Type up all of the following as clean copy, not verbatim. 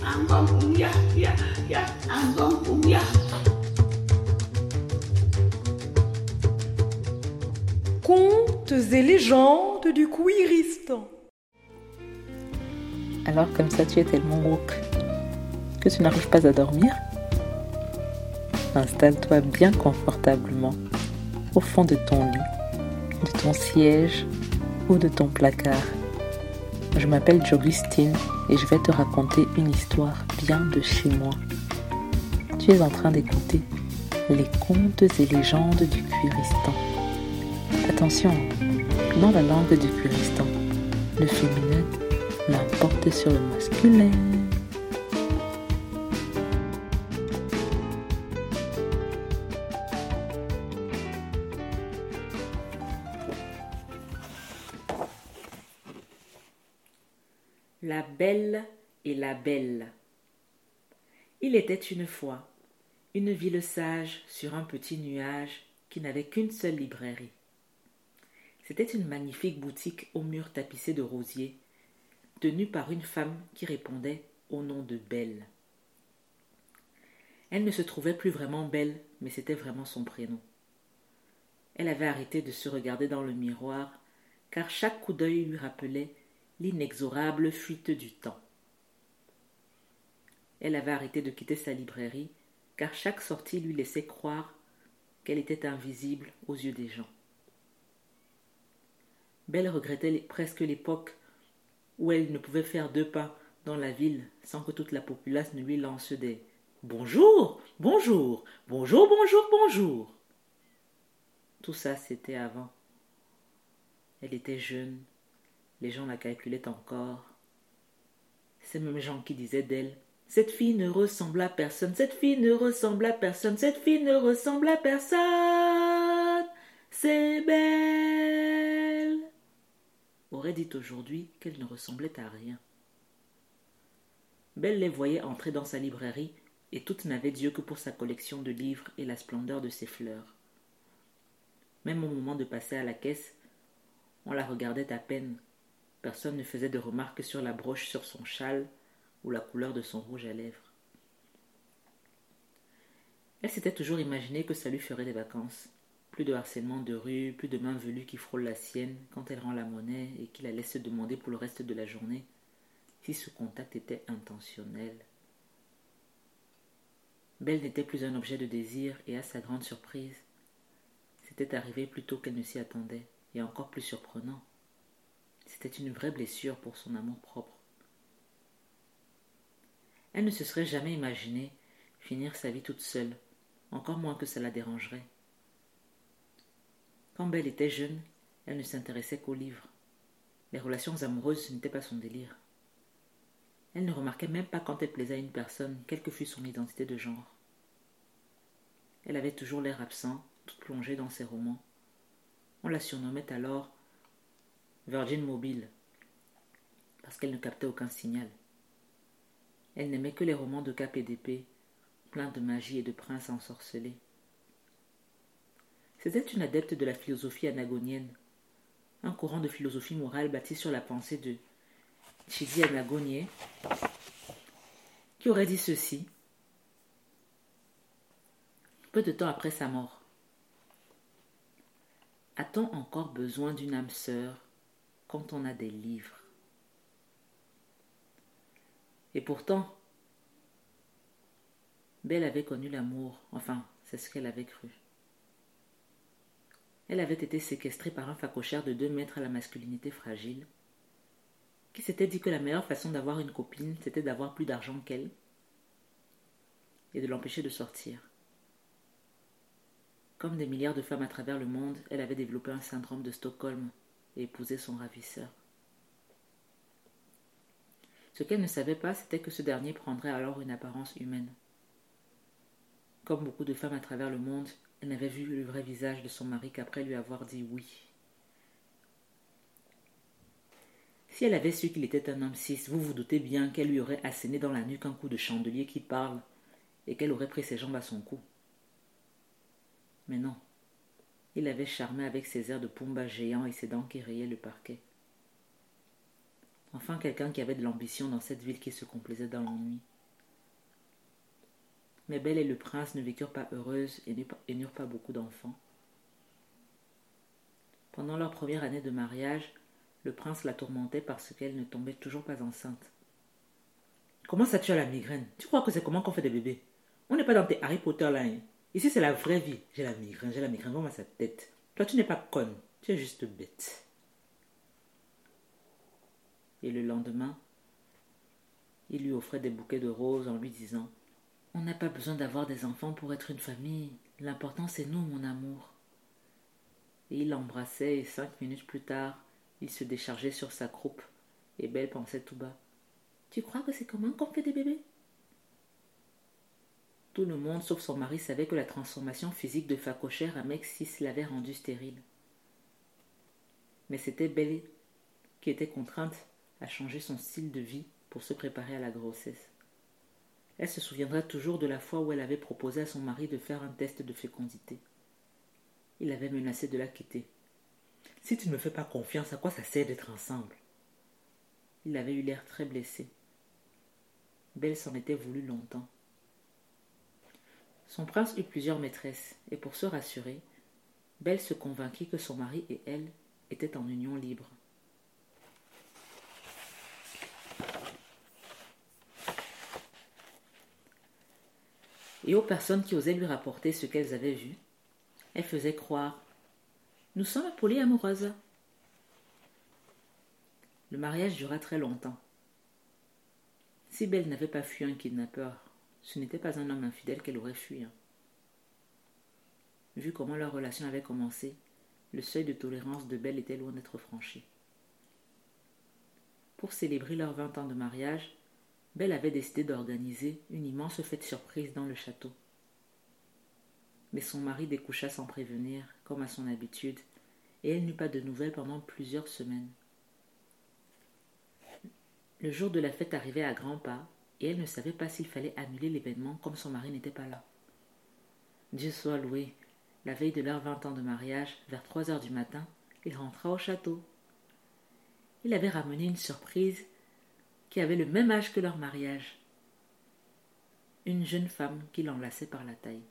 Contes et légendes du Kouiristan. Alors comme ça tu es tellement woke que tu n'arrives pas à dormir? Installe-toi bien confortablement au fond de ton lit, de ton siège ou de ton placard. Je m'appelle Jogustine et je vais te raconter une histoire bien de chez moi. Tu es en train d'écouter les contes et légendes du Kouiristan. Attention, dans la langue du Kouiristan, le féminin l'emporte sur le masculin. La Belle et la Belle. Il était une fois une ville sage sur un petit nuage qui n'avait qu'une seule librairie. C'était une magnifique boutique aux murs tapissés de rosiers, tenue par une femme qui répondait au nom de Belle. Elle ne se trouvait plus vraiment belle, mais c'était vraiment son prénom. Elle avait arrêté de se regarder dans le miroir, car chaque coup d'œil lui rappelait l'inexorable fuite du temps. Elle avait arrêté de quitter sa librairie, car chaque sortie lui laissait croire qu'elle était invisible aux yeux des gens. Belle regrettait presque l'époque où elle ne pouvait faire 2 pas dans la ville sans que toute la populace ne lui lance des « Bonjour, bonjour, bonjour, bonjour, bonjour ». Tout ça, c'était avant. Elle était jeune, les gens la calculaient encore. Ces mêmes gens qui disaient d'elle « Cette fille ne ressemble à personne, cette fille ne ressemble à personne, cette fille ne ressemble à personne, c'est Belle » aurait dit aujourd'hui qu'elle ne ressemblait à rien. Belle les voyait entrer dans sa librairie et toutes n'avaient d'yeux que pour sa collection de livres et la splendeur de ses fleurs. Même au moment de passer à la caisse, on la regardait à peine. Personne ne faisait de remarques sur la broche sur son châle ou la couleur de son rouge à lèvres. Elle s'était toujours imaginé que ça lui ferait des vacances. Plus de harcèlement de rue, plus de mains velues qui frôlent la sienne quand elle rend la monnaie et qui la laisse se demander pour le reste de la journée si ce contact était intentionnel. Belle n'était plus un objet de désir et à sa grande surprise, c'était arrivé plus tôt qu'elle ne s'y attendait et encore plus surprenant. C'était une vraie blessure pour son amour-propre. Elle ne se serait jamais imaginé finir sa vie toute seule, encore moins que ça la dérangerait. Quand Belle était jeune, elle ne s'intéressait qu'aux livres. Les relations amoureuses n'étaient pas son délire. Elle ne remarquait même pas quand elle plaisait à une personne, quelle que fût son identité de genre. Elle avait toujours l'air absent, toute plongée dans ses romans. On la surnommait alors Virgin Mobile, parce qu'elle ne captait aucun signal. Elle n'aimait que les romans de cap et d'épée, pleins de magie et de princes ensorcelés. C'était une adepte de la philosophie anagonienne, un courant de philosophie morale bâti sur la pensée de Chidi Anagonye, qui aurait dit ceci peu de temps après sa mort. A-t-on encore besoin d'une âme sœur quand on a des livres? Et pourtant, Belle avait connu l'amour, enfin, c'est ce qu'elle avait cru. Elle avait été séquestrée par un phacochère de 2 mètres à la masculinité fragile, qui s'était dit que la meilleure façon d'avoir une copine, c'était d'avoir plus d'argent qu'elle et de l'empêcher de sortir. Comme des milliards de femmes à travers le monde, elle avait développé un syndrome de Stockholm et épousé son ravisseur. Ce qu'elle ne savait pas, c'était que ce dernier prendrait alors une apparence humaine. Comme beaucoup de femmes à travers le monde, elle n'avait vu le vrai visage de son mari qu'après lui avoir dit oui. Si elle avait su qu'il était un homme cis, vous vous doutez bien qu'elle lui aurait asséné dans la nuque un coup de chandelier qui parle et qu'elle aurait pris ses jambes à son cou. Mais non, il avait charmé avec ses airs de Pumba géant et ses dents qui rayaient le parquet. Enfin quelqu'un qui avait de l'ambition dans cette ville qui se complaisait dans l'ennui. Mais Belle et le prince ne vécurent pas heureuses et n'eurent pas beaucoup d'enfants. Pendant leur première année de mariage, le prince la tourmentait parce qu'elle ne tombait toujours pas enceinte. « Comment ça tu as la migraine? Tu crois que c'est comment qu'on fait des bébés? On n'est pas dans tes Harry Potter là. Hein. Ici c'est la vraie vie. J'ai la migraine, vois-moi sa tête. Toi tu n'es pas conne, tu es juste bête. » Et le lendemain, il lui offrait des bouquets de roses en lui disant « On n'a pas besoin d'avoir des enfants pour être une famille. L'important c'est nous, mon amour. » Et il l'embrassait et 5 minutes plus tard, il se déchargeait sur sa croupe. Et Belle pensait tout bas « Tu crois que c'est comment qu'on fait des bébés ?» Tout le monde, sauf son mari, savait que la transformation physique de phacochère à Mexis l'avait rendue stérile. Mais c'était Belle qui était contrainte à changer son style de vie pour se préparer à la grossesse. Elle se souviendra toujours de la fois où elle avait proposé à son mari de faire un test de fécondité. Il avait menacé de la quitter. « Si tu ne me fais pas confiance, à quoi ça sert d'être ensemble ?» Il avait eu l'air très blessé. Belle s'en était voulu longtemps. Son prince eut plusieurs maîtresses, et pour se rassurer, Belle se convainquit que son mari et elle étaient en union libre. Et aux personnes qui osaient lui rapporter ce qu'elles avaient vu, elle faisait croire « Nous sommes polyamoureuses ». Le mariage dura très longtemps. Si Belle n'avait pas fui un kidnappeur, ce n'était pas un homme infidèle qu'elle aurait fui. Vu comment leur relation avait commencé, le seuil de tolérance de Belle était loin d'être franchi. Pour célébrer leurs 20 ans de mariage, Belle avait décidé d'organiser une immense fête surprise dans le château. Mais son mari découcha sans prévenir, comme à son habitude, et elle n'eut pas de nouvelles pendant plusieurs semaines. Le jour de la fête arrivait à grands pas, et elle ne savait pas s'il fallait annuler l'événement comme son mari n'était pas là. Dieu soit loué, la veille de leurs 20 ans de mariage, vers 3 heures du matin, il rentra au château. Il avait ramené une surprise qui avait le même âge que leur mariage. Une jeune femme qui l'enlaçait par la taille.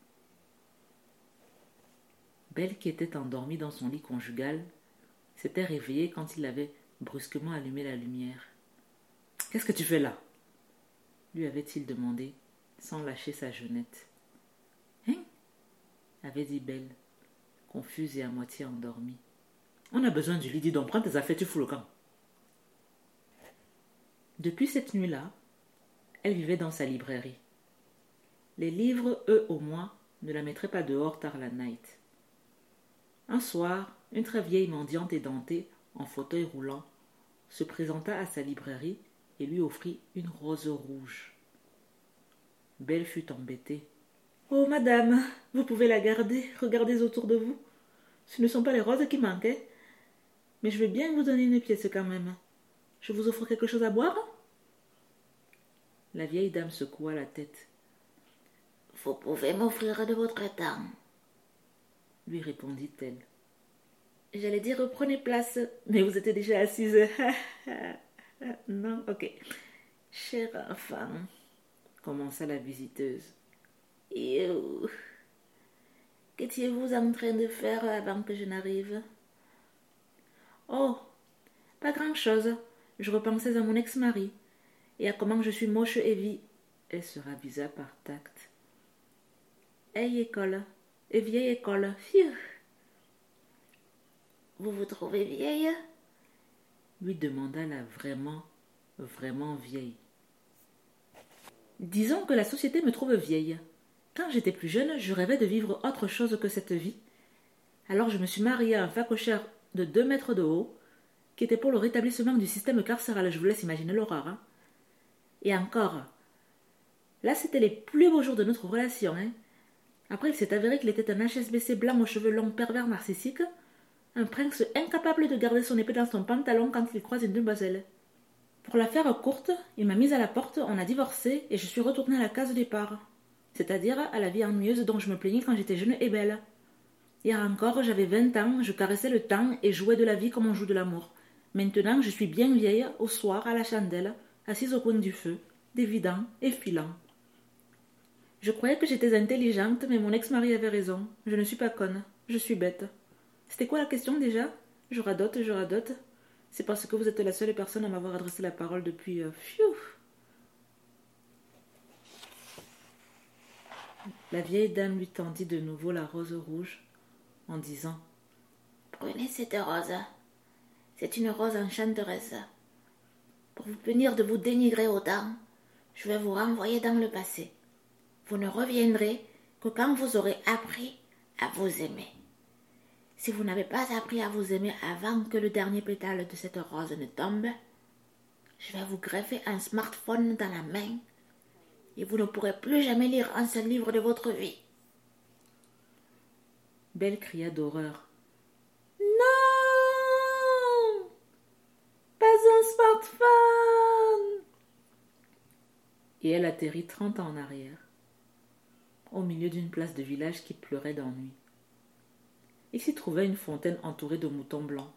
Belle, qui était endormie dans son lit conjugal, s'était réveillée quand il avait brusquement allumé la lumière. « Qu'est-ce que tu fais là ?» lui avait-il demandé, sans lâcher sa jeunette. « Hein ?» avait dit Belle, confuse et à moitié endormie. « On a besoin du lit, dis donc, prends tes affaires, tu fous le camp. » Depuis cette nuit-là, elle vivait dans sa librairie. Les livres, eux au moins, ne la mettraient pas dehors tard la night. Un soir, une très vieille mendiante édentée, en fauteuil roulant, se présenta à sa librairie et lui offrit une rose rouge. Belle fut embêtée. « Oh, madame, vous pouvez la garder, regardez autour de vous. Ce ne sont pas les roses qui manquaient, mais je vais bien vous donner une pièce quand même. Je vous offre quelque chose à boire ?» La vieille dame secoua la tête. « Vous pouvez m'offrir de votre temps, » lui répondit-elle. « J'allais dire prenez place, mais vous étiez déjà assise. » Non, ok. « Cher enfant, » commença la visiteuse. « Qu'étiez-vous en train de faire avant que je n'arrive ?»« Oh, pas grand-chose. Je repensais à mon ex-mari et à comment je suis moche et vie. » Elle se ravisa par tact. « Hey, école, et vieille école, pfiou !»« Vous vous trouvez vieille ?» lui demanda la vraiment vieille. « Disons que la société me trouve vieille. Quand j'étais plus jeune, je rêvais de vivre autre chose que cette vie. Alors je me suis mariée à un phacochère de 2 mètres de haut, qui était pour le rétablissement du système carcéral. Je vous laisse imaginer l'horreur. Hein. Et encore, là c'était les plus beaux jours de notre relation. Hein. Après, il s'est avéré qu'il était un HSBC blanc aux cheveux longs pervers narcissique, un prince incapable de garder son épée dans son pantalon quand il croise une demoiselle. Pour la faire courte, il m'a mise à la porte, on a divorcé et je suis retournée à la case départ, c'est-à-dire à la vie ennuyeuse dont je me plaignais quand j'étais jeune et belle. Hier encore, j'avais 20 ans, je caressais le temps et jouais de la vie comme on joue de l'amour. Maintenant, je suis bien vieille, au soir, à la chandelle, assise au coin du feu, dévidant et filant. Je croyais que j'étais intelligente, mais mon ex-mari avait raison. Je ne suis pas conne, je suis bête. C'était quoi la question déjà? Je radote, je radote. C'est parce que vous êtes la seule personne à m'avoir adressé la parole depuis... Pfiou. La vieille dame lui tendit de nouveau la rose rouge en disant: Prenez cette rose. C'est une rose enchanteresse. Pour vous punir de vous dénigrer autant, je vais vous renvoyer dans le passé. Vous ne reviendrez que quand vous aurez appris à vous aimer. Si vous n'avez pas appris à vous aimer avant que le dernier pétale de cette rose ne tombe, je vais vous greffer un smartphone dans la main et vous ne pourrez plus jamais lire un seul livre de votre vie. Belle cria d'horreur. Non! Pas un smartphone! Et elle atterrit 30 ans en arrière, au milieu d'une place de village qui pleurait d'ennui. Il s'y trouvait une fontaine entourée de moutons blancs.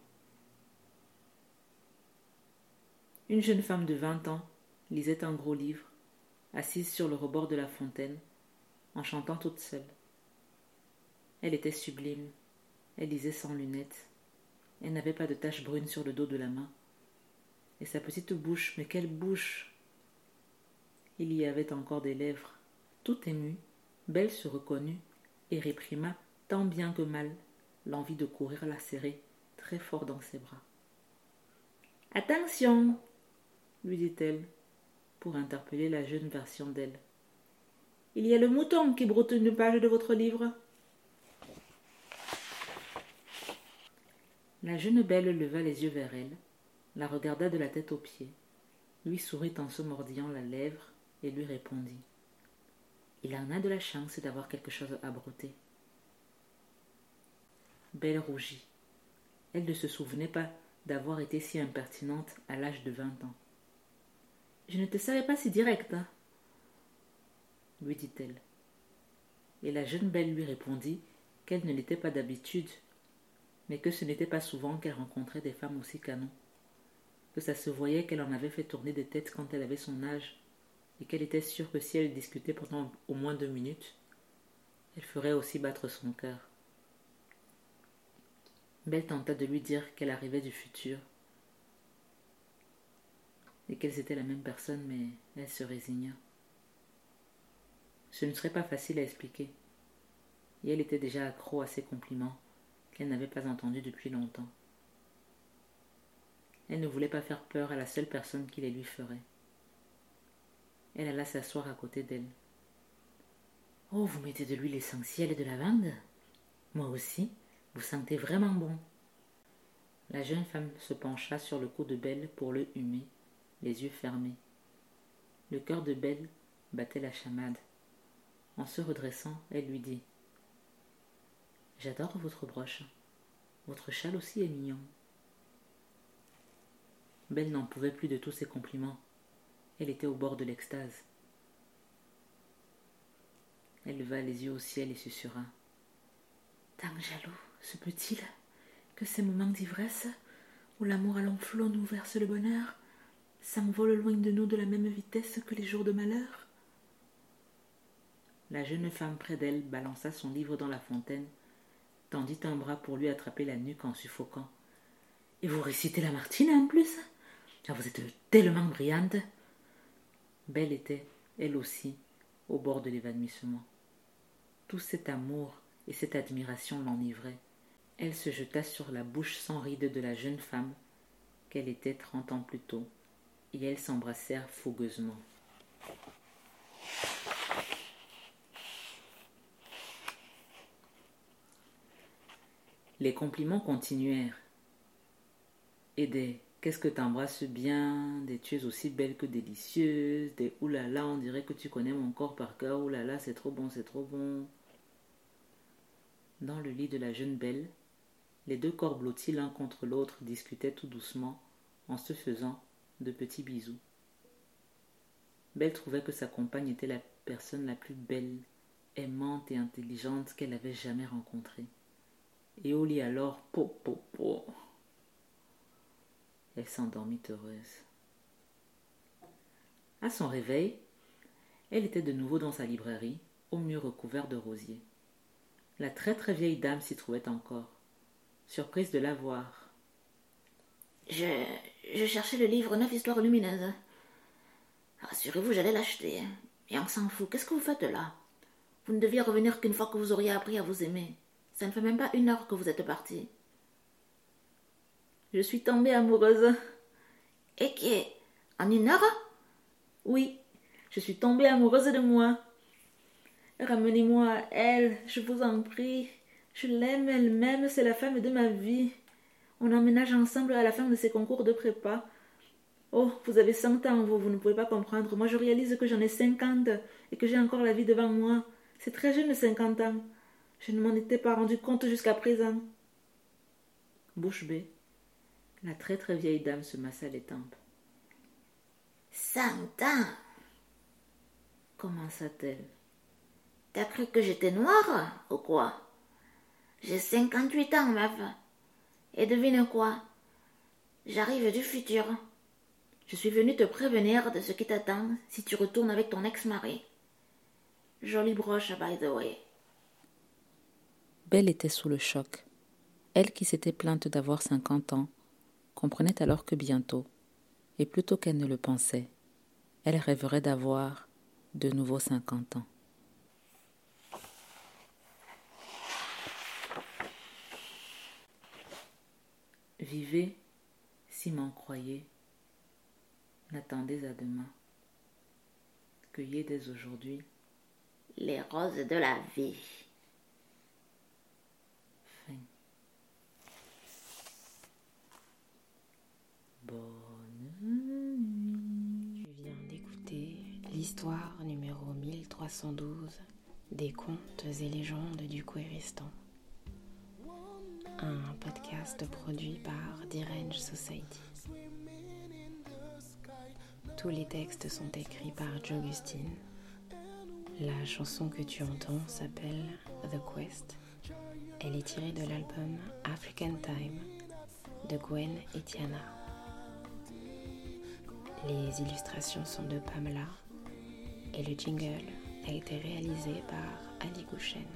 Une jeune femme de 20 ans lisait un gros livre, assise sur le rebord de la fontaine, en chantant toute seule. Elle était sublime. Elle lisait sans lunettes. Elle n'avait pas de taches brunes sur le dos de la main. Et sa petite bouche, mais quelle bouche! Il y avait encore des lèvres. Tout émue, Belle se reconnut et réprima tant bien que mal l'envie de courir la serrer très fort dans ses bras. « Attention !» lui dit-elle, pour interpeller la jeune version d'elle. « Il y a le mouton qui broute une page de votre livre. » La jeune Belle leva les yeux vers elle, la regarda de la tête aux pieds, lui sourit en se mordillant la lèvre et lui répondit: « Il en a de la chance d'avoir quelque chose à brouter. » Belle rougit. Elle ne se souvenait pas d'avoir été si impertinente à l'âge de 20 ans. « Je ne te savais pas si directe, hein, lui dit-elle. Et la jeune Belle lui répondit qu'elle ne l'était pas d'habitude, mais que ce n'était pas souvent qu'elle rencontrait des femmes aussi canons, que ça se voyait qu'elle en avait fait tourner des têtes quand elle avait son âge, et qu'elle était sûre que si elle discutait pendant au moins 2 minutes, elle ferait aussi battre son cœur. Belle tenta de lui dire qu'elle arrivait du futur, et qu'elles étaient la même personne, mais elle se résigna. Ce ne serait pas facile à expliquer, et elle était déjà accro à ses compliments qu'elle n'avait pas entendus depuis longtemps. Elle ne voulait pas faire peur à la seule personne qui les lui ferait. Elle alla s'asseoir à côté d'elle. « Oh, vous mettez de l'huile essentielle et de lavande? Moi aussi, vous sentez vraiment bon. » La jeune femme se pencha sur le cou de Belle pour le humer, les yeux fermés. Le cœur de Belle battait la chamade. En se redressant, elle lui dit: « J'adore votre broche. Votre châle aussi est mignon. » Belle n'en pouvait plus de tous ces compliments. Elle était au bord de l'extase. Elle leva les yeux au ciel et susurra: « Tant jaloux se peut-il que ces moments d'ivresse, où l'amour à long flot nous verse le bonheur, s'envolent loin de nous de la même vitesse que les jours de malheur. » La jeune femme près d'elle balança son livre dans la fontaine, tendit un bras pour lui attraper la nuque en suffoquant. « Et vous récitez la Martine en plus? Vous êtes tellement brillante. » Belle était, elle aussi, au bord de l'évanouissement. Tout cet amour et cette admiration l'enivraient. Elle se jeta sur la bouche sans rides de la jeune femme qu'elle était 30 ans plus tôt, et elles s'embrassèrent fougueusement. Les compliments continuèrent. Et des « qu'est-ce que t'embrasses bien », des « tu es aussi belle que délicieuse », des « oulala, on dirait que tu connais mon corps par cœur, oulala, c'est trop bon, c'est trop bon ». Dans le lit de la jeune Belle, les 2 corps blottis l'un contre l'autre discutaient tout doucement en se faisant de petits bisous. Belle trouvait que sa compagne était la personne la plus belle, aimante et intelligente qu'elle avait jamais rencontrée. Et au lit alors, po, po, po. Elle s'endormit heureuse. À son réveil, elle était de nouveau dans sa librairie, au mur recouvert de rosiers. La très très vieille dame s'y trouvait encore, surprise de la voir. Je cherchais le livre 9 histoires lumineuses. Rassurez-vous, j'allais l'acheter. Et on s'en fout. Qu'est-ce que vous faites là? Vous ne deviez revenir qu'une fois que vous auriez appris à vous aimer. Ça ne fait même pas 1 heure que vous êtes parti. Je suis tombée amoureuse. Et qui est? En 1 heure? Oui, je suis tombée amoureuse de moi. Ramenez-moi à elle, je vous en prie. Je l'aime elle-même, c'est la femme de ma vie. On emménage ensemble à la fin de ces concours de prépa. Oh, vous avez 100 ans, vous ne pouvez pas comprendre. Moi, je réalise que j'en ai 50 et que j'ai encore la vie devant moi. C'est très jeune, 50 ans. Je ne m'en étais pas rendu compte jusqu'à présent. Bouche bée, la très très vieille dame se massa les tempes. 100 ans? Commença-t-elle. T'as cru que j'étais noire, ou quoi? J'ai 58 ans, meuf. Et devine quoi? J'arrive du futur. Je suis venue te prévenir de ce qui t'attend si tu retournes avec ton ex-mari. Jolie broche, by the way. Belle était sous le choc. Elle qui s'était plainte d'avoir 50 ans, comprenait alors que bientôt, et plutôt qu'elle ne le pensait, elle rêverait d'avoir de nouveau 50 ans. Vivez, si m'en croyez, n'attendez à demain. Cueillez dès aujourd'hui les roses de la vie. Fin. Bonne nuit. Tu viens d'écouter l'histoire numéro 1312 des contes et légendes du Kouéristan. Un podcast produit par The Range Society. Tous les textes sont écrits par Jogustin. La chanson que tu entends s'appelle The Quest. Elle est tirée de l'album African Time de Gwen et Tiana. Les illustrations sont de Pamela et le jingle a été réalisé par Ali Gouchen.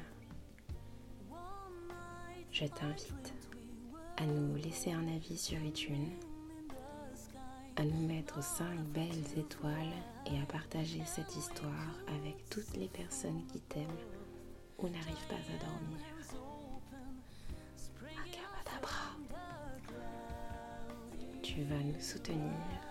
Je t'invite à nous laisser un avis sur iTunes, à nous mettre 5 belles étoiles et à partager cette histoire avec toutes les personnes qui t'aiment ou n'arrivent pas à dormir. Akabadabra. Tu vas nous soutenir